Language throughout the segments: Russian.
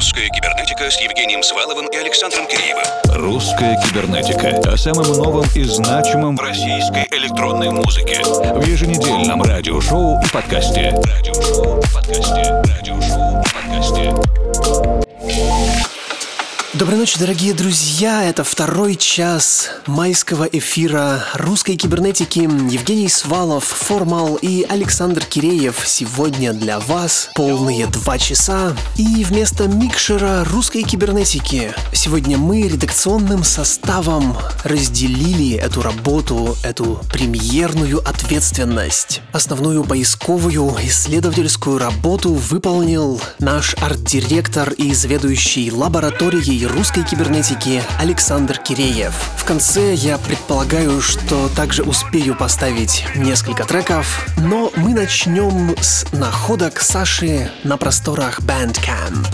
«Русская кибернетика» с Евгением Сваловым и Александром Киреевым. «Русская кибернетика» о самом новом и значимом в российской электронной музыке. В еженедельном радиошоу и подкасте. Доброй ночи, дорогие друзья! Это второй час майского эфира русской кибернетики. Евгений Свалов, Формал и Александр Киреев сегодня для вас полные 2 часа. И вместо микшера русской кибернетики сегодня мы редакционным составом разделили эту работу, эту премьерную ответственность. Основную поисковую исследовательскую работу выполнил наш арт-директор и заведующий лабораторией русской кибернетики Александр Киреев. В конце я предполагаю, что также успею поставить несколько треков, но мы начнем с находок Саши на просторах Bandcamp.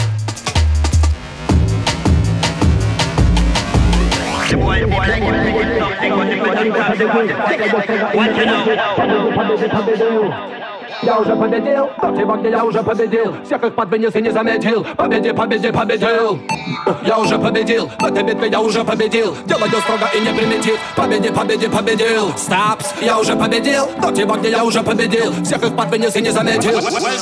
Я уже победил, тот его, где я уже победил. Всех их подвинес и не заметил. Победи, победил. Я уже победил, в этой битве я уже победил. Делаю строго и не примитив. Победил. Стапс, я уже победил, тот его, где я уже победил. Всех их подвинес и не заметил.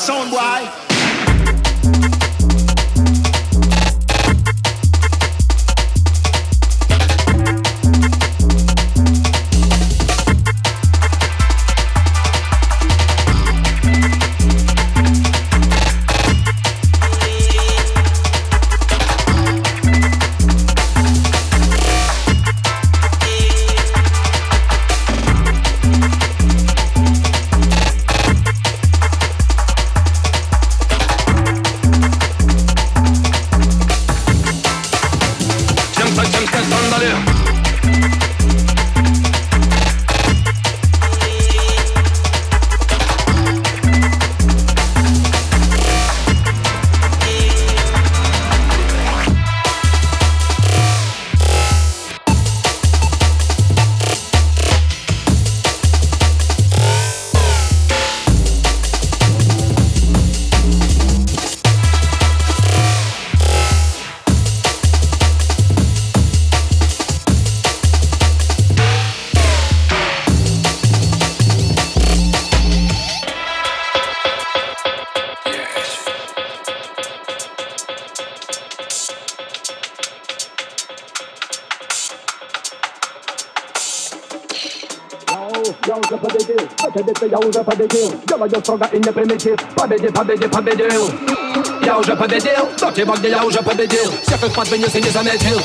Я уже победил, делаю строго и не примитив. Победил. Я уже победил, тот его, где я уже победил. Всех их подвинес и не заметил.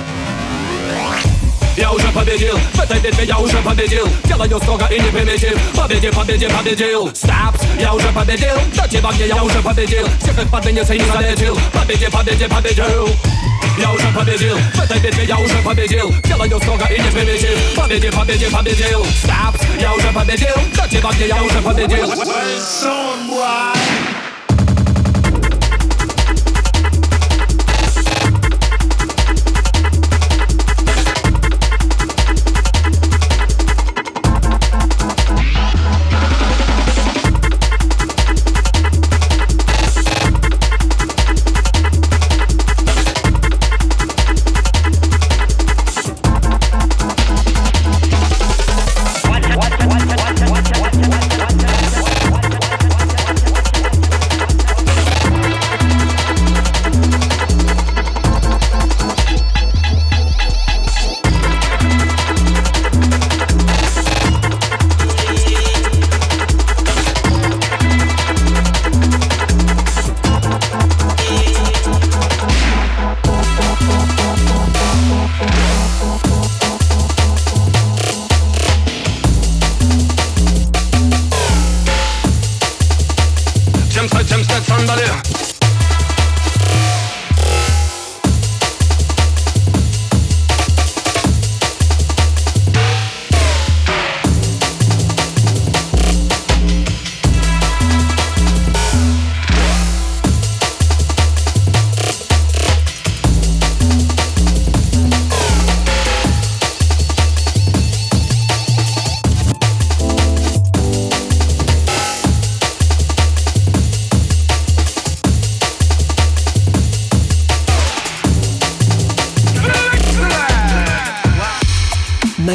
Я уже победил, в этой битве я уже победил. Делаю строго и не примитив. Победил. Стапс, я уже победил, тот его, где я уже победил. Всех их подвинес и не заметил. Победил. Я уже победил, в этой битве я уже победил. Делаю строго и не примитив. Победил. Стапс, я уже победил, тот его, где я уже победил.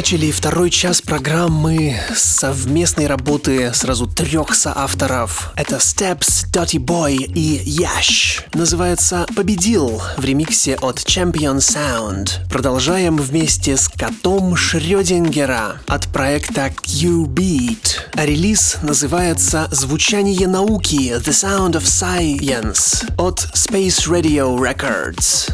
начали второй час программы с совместной работы сразу 3 соавторов. Это Steps, Dirty Boy и Yash. Называется «Победил» в ремиксе от Champion Sound. Продолжаем вместе с Котом Шрёдингера от проекта Q-Beat. А релиз называется «Звучание науки The Sound of Science» от Space Radio Records.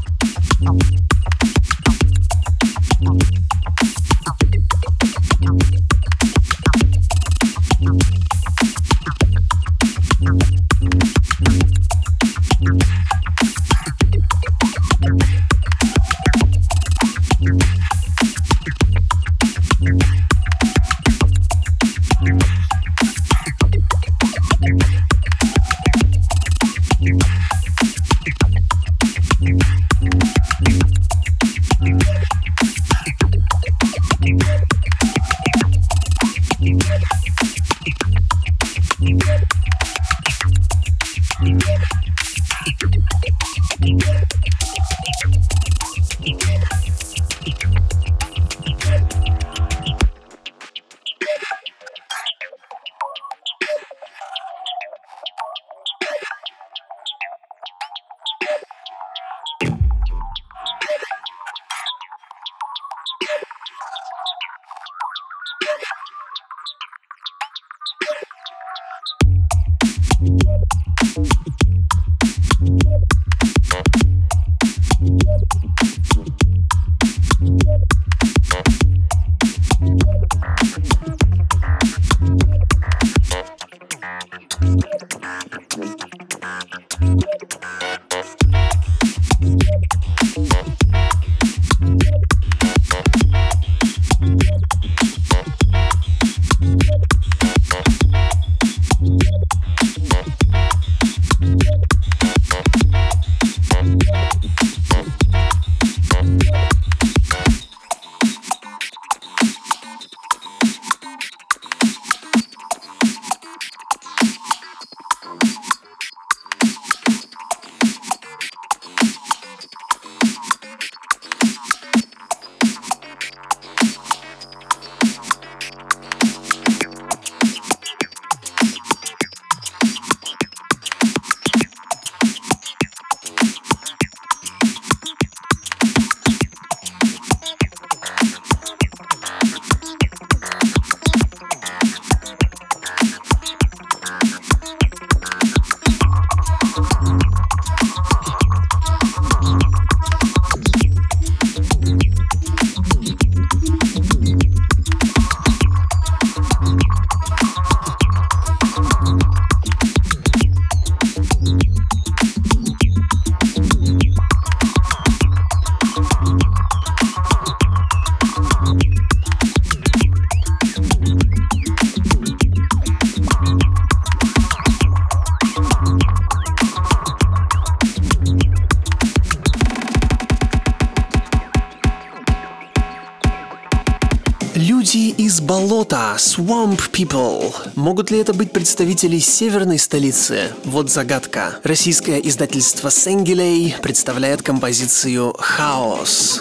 Люди из болота, Swamp People. Могут ли это быть представители северной столицы? Вот загадка. Российское издательство Сенгилей представляет композицию «Хаос».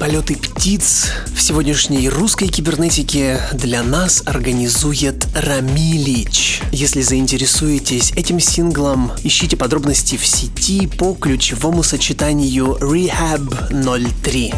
полеты птиц в сегодняшней русской кибернетике для нас организует Рамилич. Если заинтересуетесь этим синглом, ищите подробности в сети по ключевому сочетанию Rehab 03.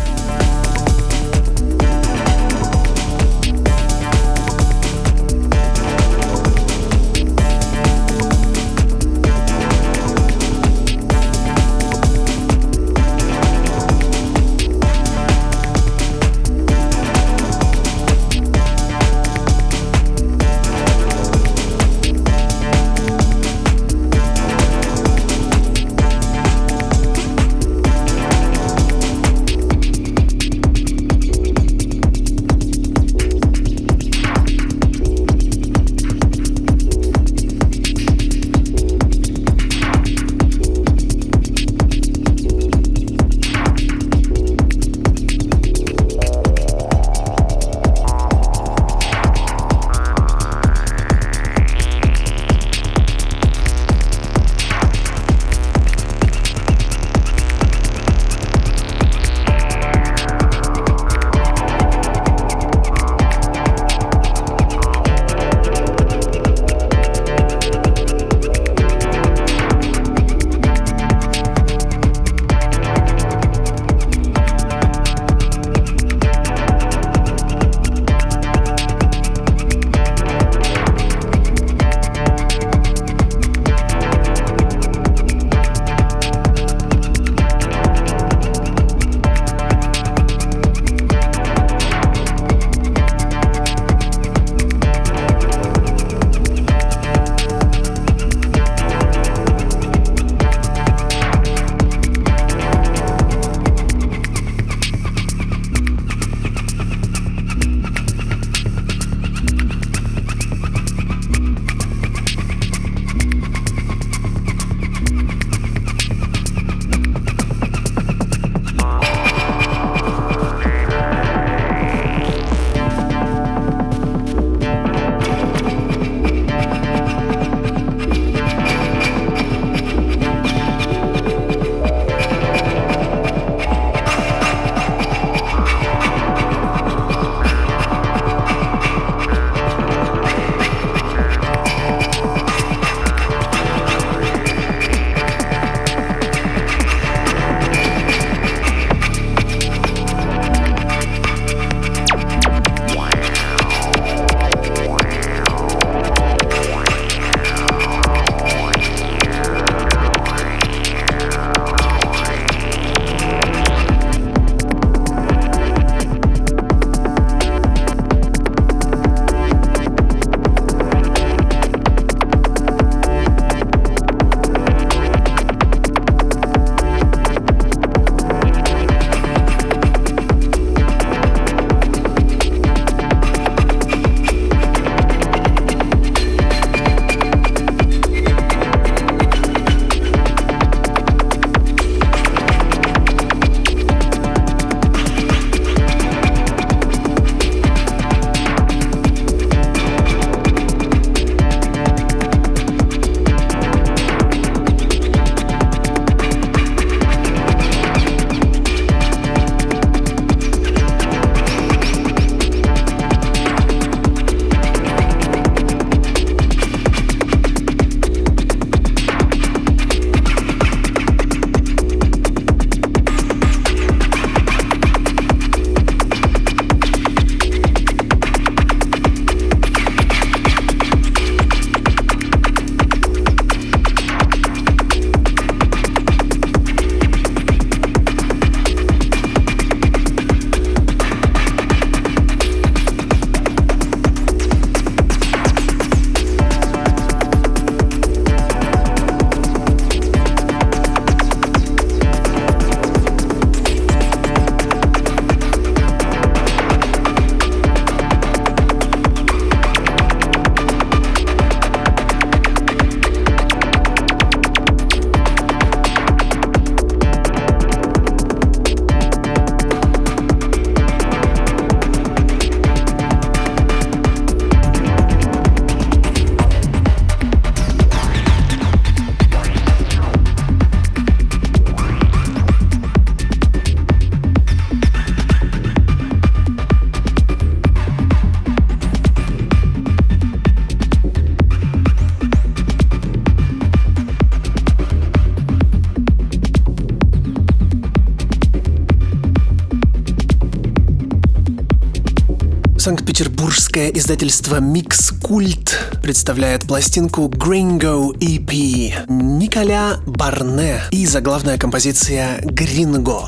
Санкт-Петербургское издательство Mix Cult представляет пластинку Gringo EP Николя Барне и заглавная композиция Gringo.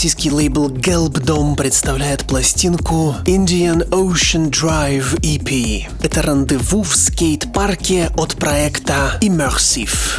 Российский лейбл Gelbdom представляет пластинку Indian Ocean Drive EP. Это рандеву в скейт-парке от проекта Immersive.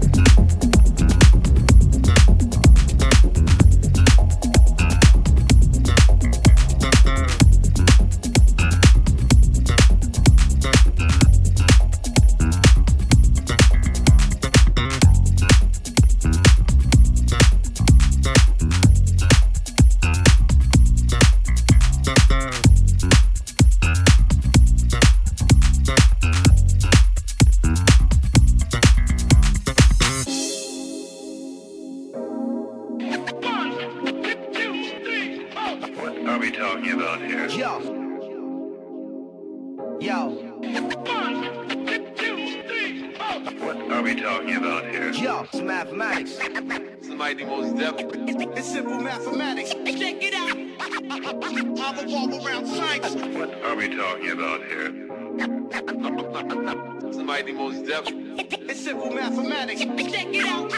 It's simple mathematics. Check it out. I revolve around science. What are we talking about here? Somebody most definitely. It's simple mathematics. Check it out.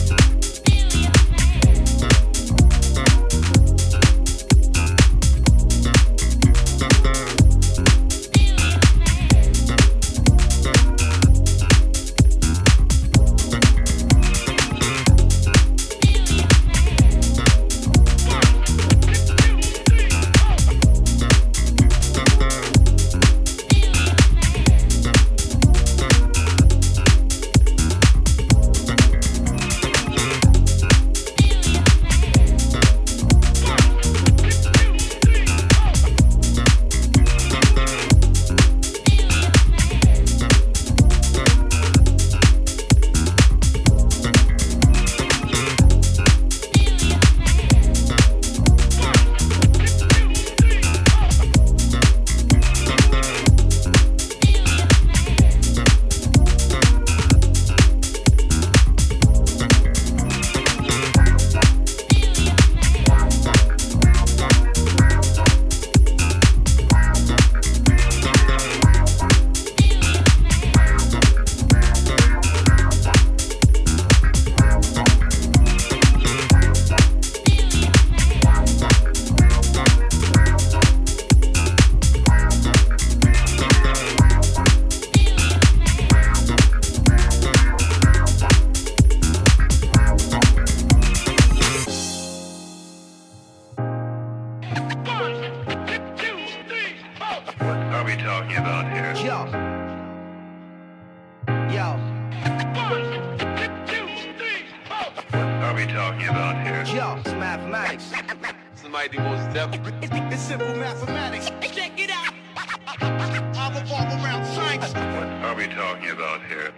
It's simple mathematics. Check it out. I revolve around science. What are we talking about here?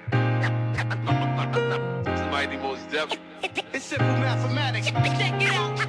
Somebody most definitely. It's simple mathematics. Check it out.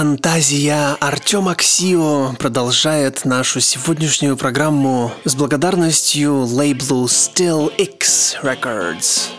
фантазия Артем Аксио продолжает нашу сегодняшнюю программу с благодарностью лейблу Still X Records.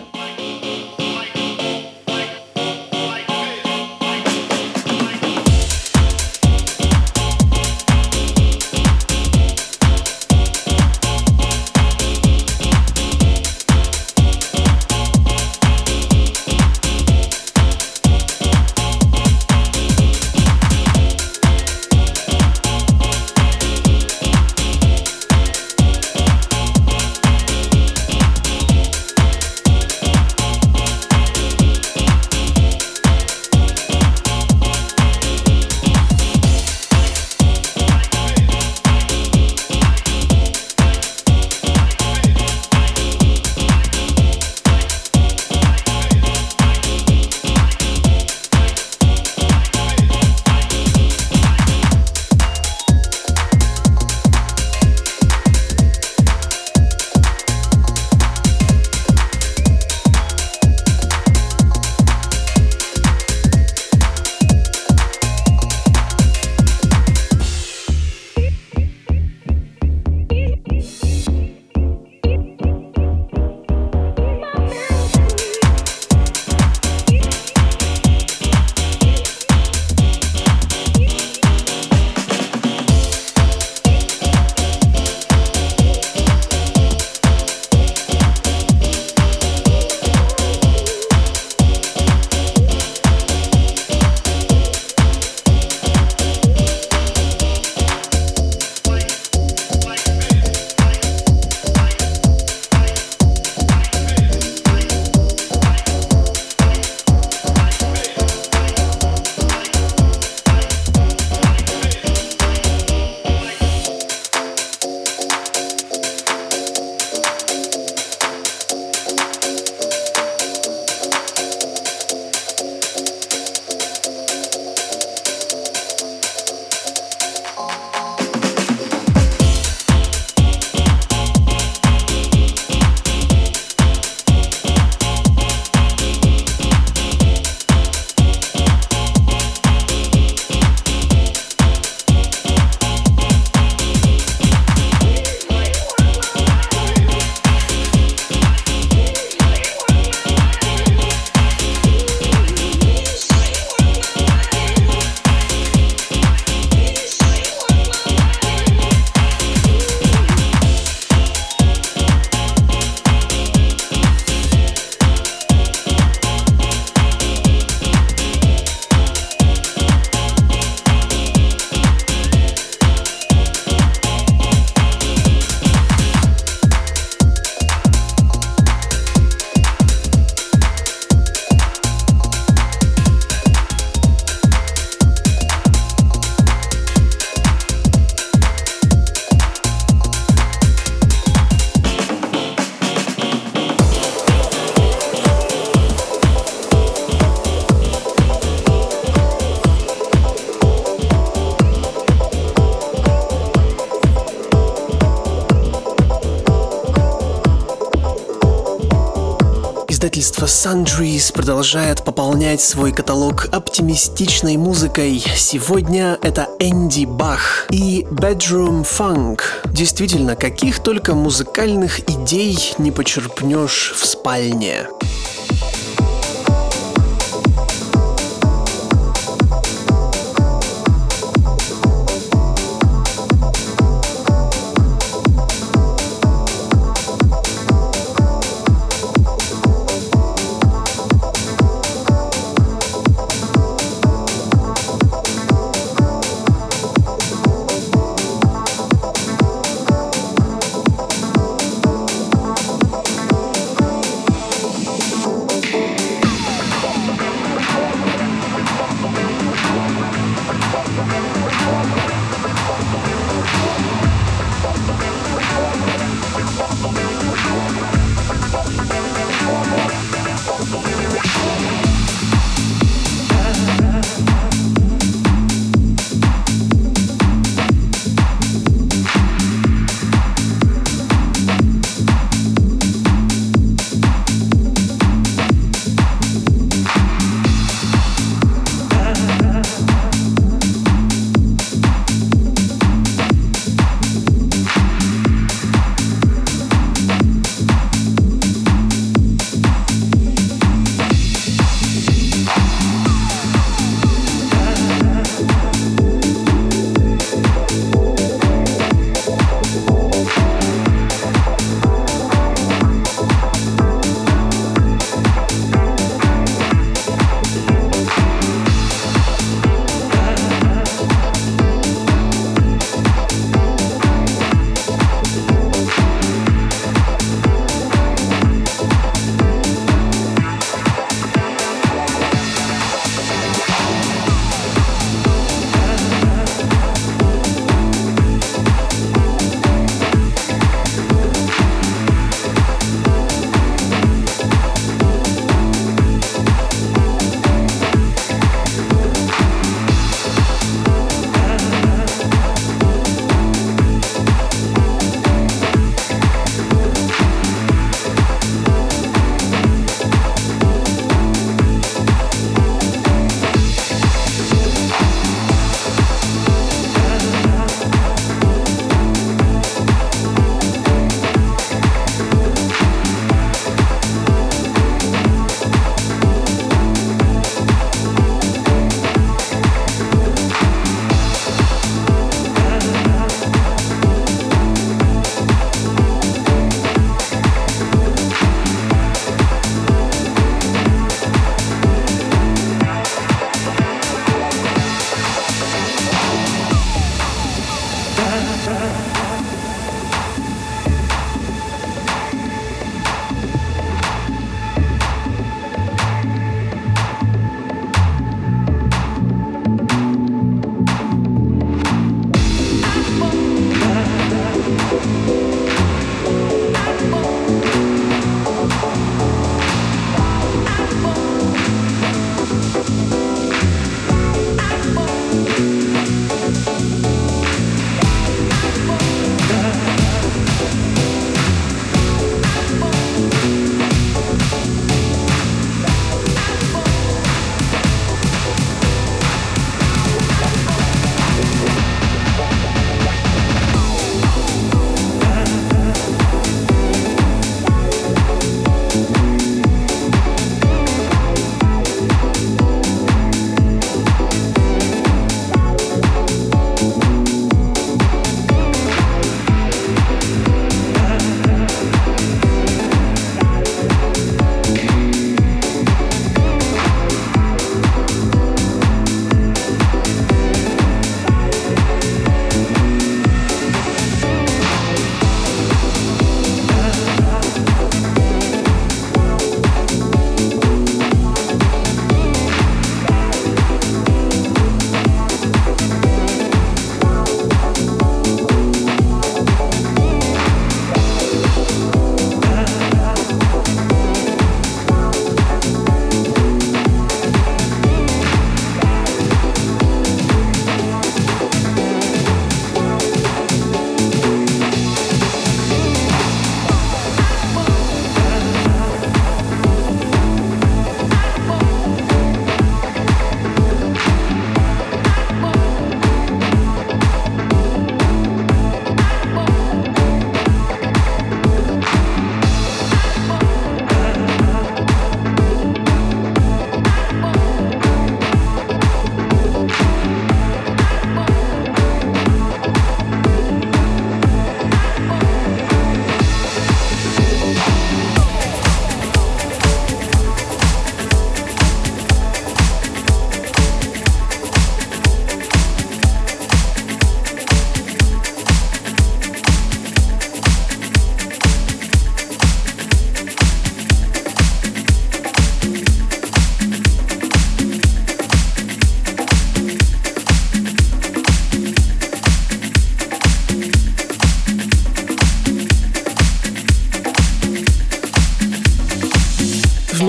Издательство Sundries продолжает пополнять свой каталог оптимистичной музыкой. Сегодня это Энди Бах и Bedroom Funk. Действительно, каких только музыкальных идей не почерпнешь в спальне.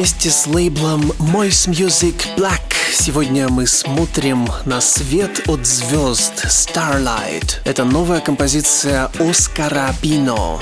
вместе с лейблом Moist Music Black. Сегодня мы смотрим на свет от звезд Starlight. Это новая композиция Оскара Пино.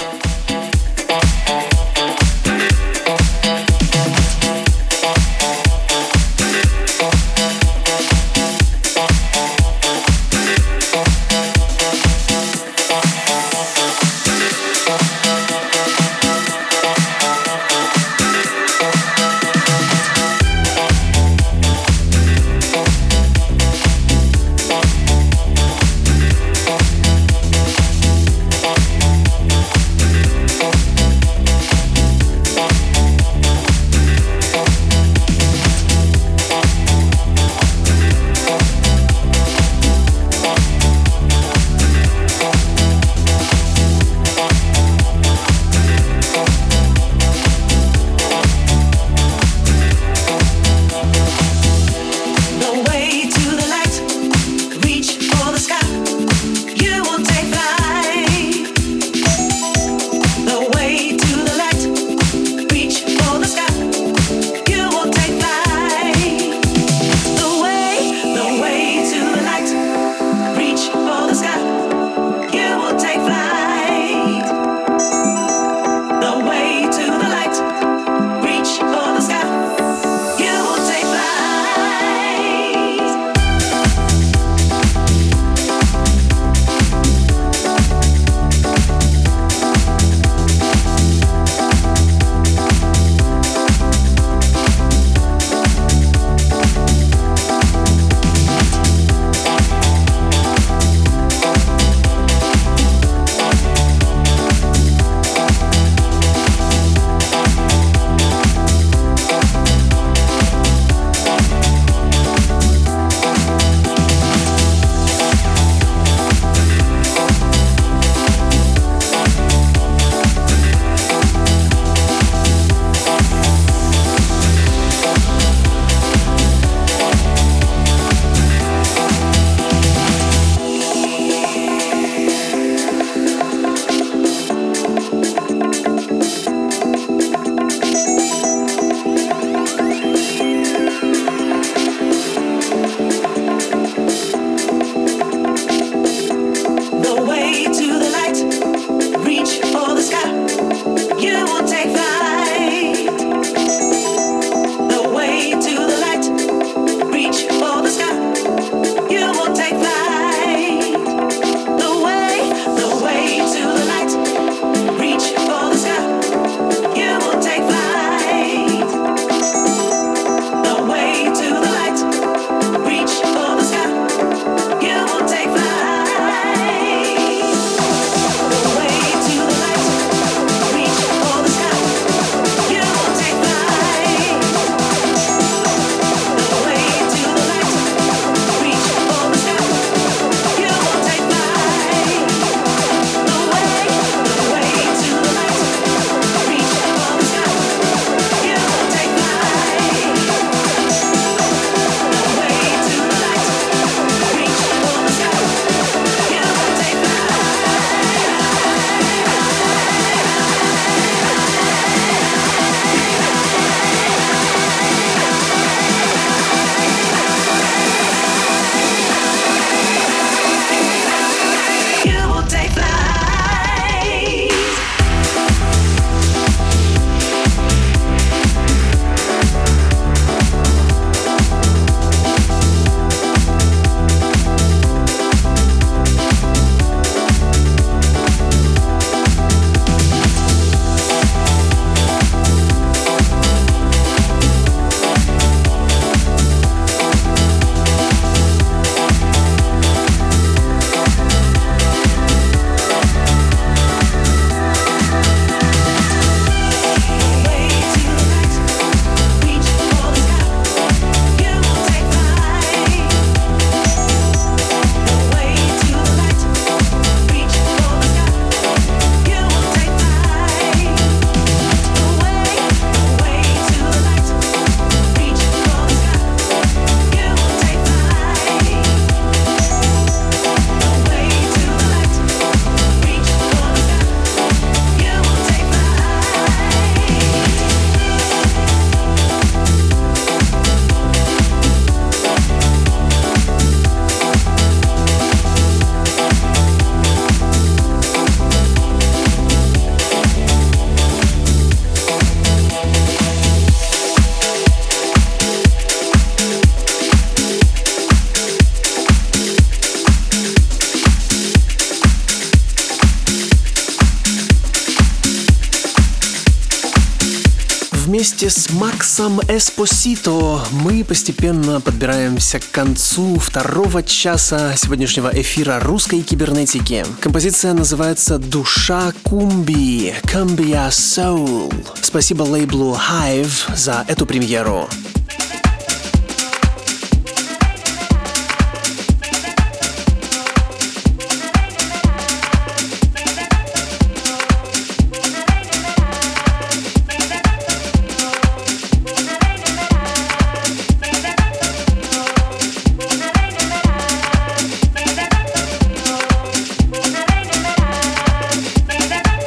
вместе с Максом Эспосито мы постепенно подбираемся к концу второго часа сегодняшнего эфира русской кибернетики. Композиция называется «Душа Кумби» Cumbia Soul. Спасибо лейблу Hive за эту премьеру.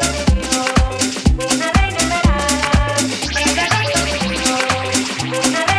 We'll be right back.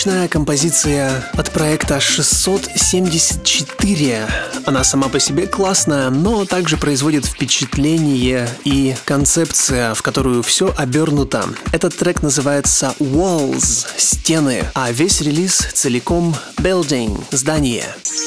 необычная композиция от проекта 674. Она сама по себе классная, но также производит впечатление и концепция, в которую все обернуто. Этот трек называется Walls — стены, а весь релиз целиком Building — здание.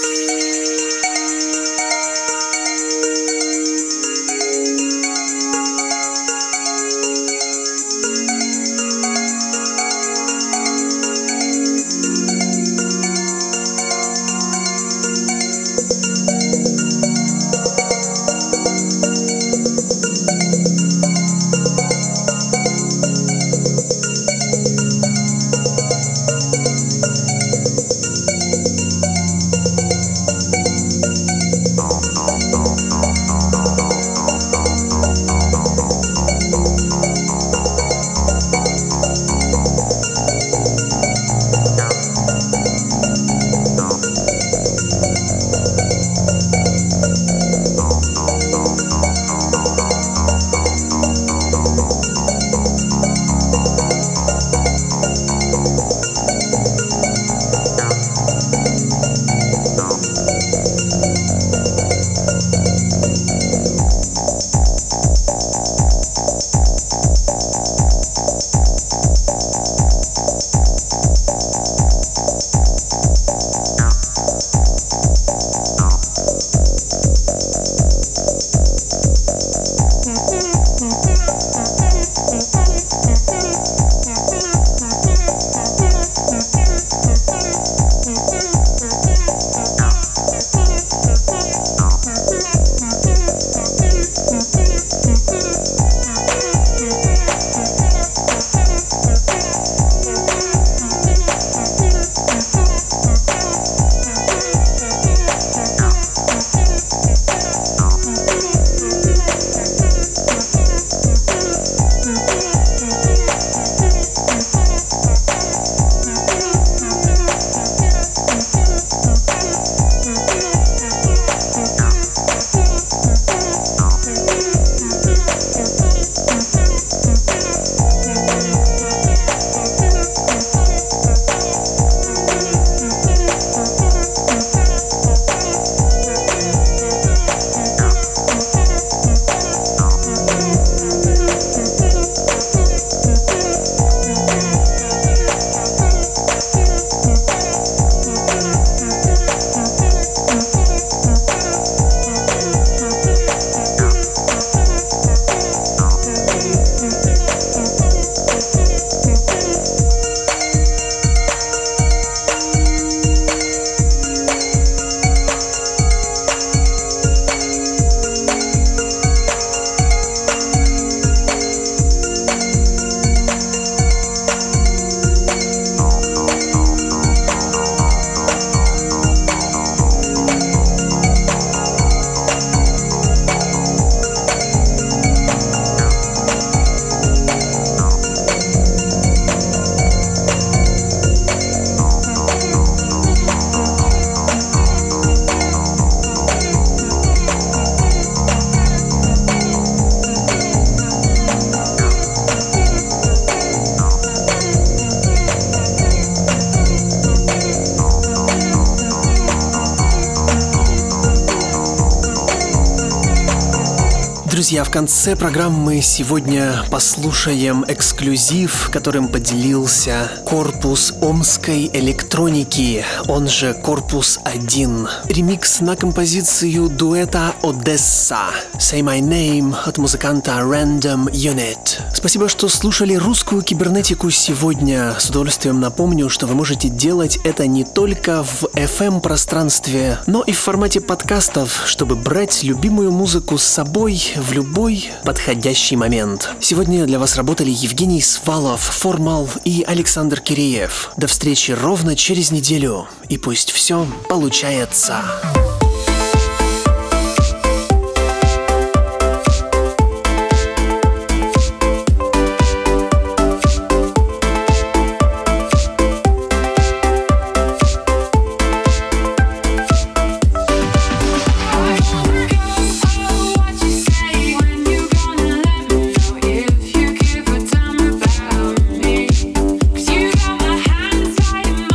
Друзья, в конце программы сегодня послушаем эксклюзив, которым поделился корпус омской электроники, он же Корпус 1. Ремикс на композицию дуэта «Одесса» «Say My Name» от музыканта Random Unit. Спасибо, что слушали русскую кибернетику сегодня. С удовольствием напомню, что вы можете делать это не только в FM-пространстве, но и в формате подкастов, чтобы брать любимую музыку с собой в любой подходящий момент. Сегодня для вас работали Евгений Свалов, Формал и Александр Киреев. До встречи ровно через неделю, и пусть все получается. Inside of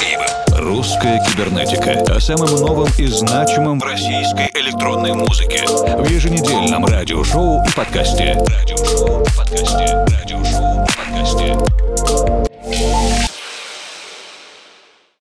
Киреевым. «Русская кибернетика» о самом новом и значимом в российской электронной музыке в еженедельном радиошоу и подкасте. Радиошоу и подкасте.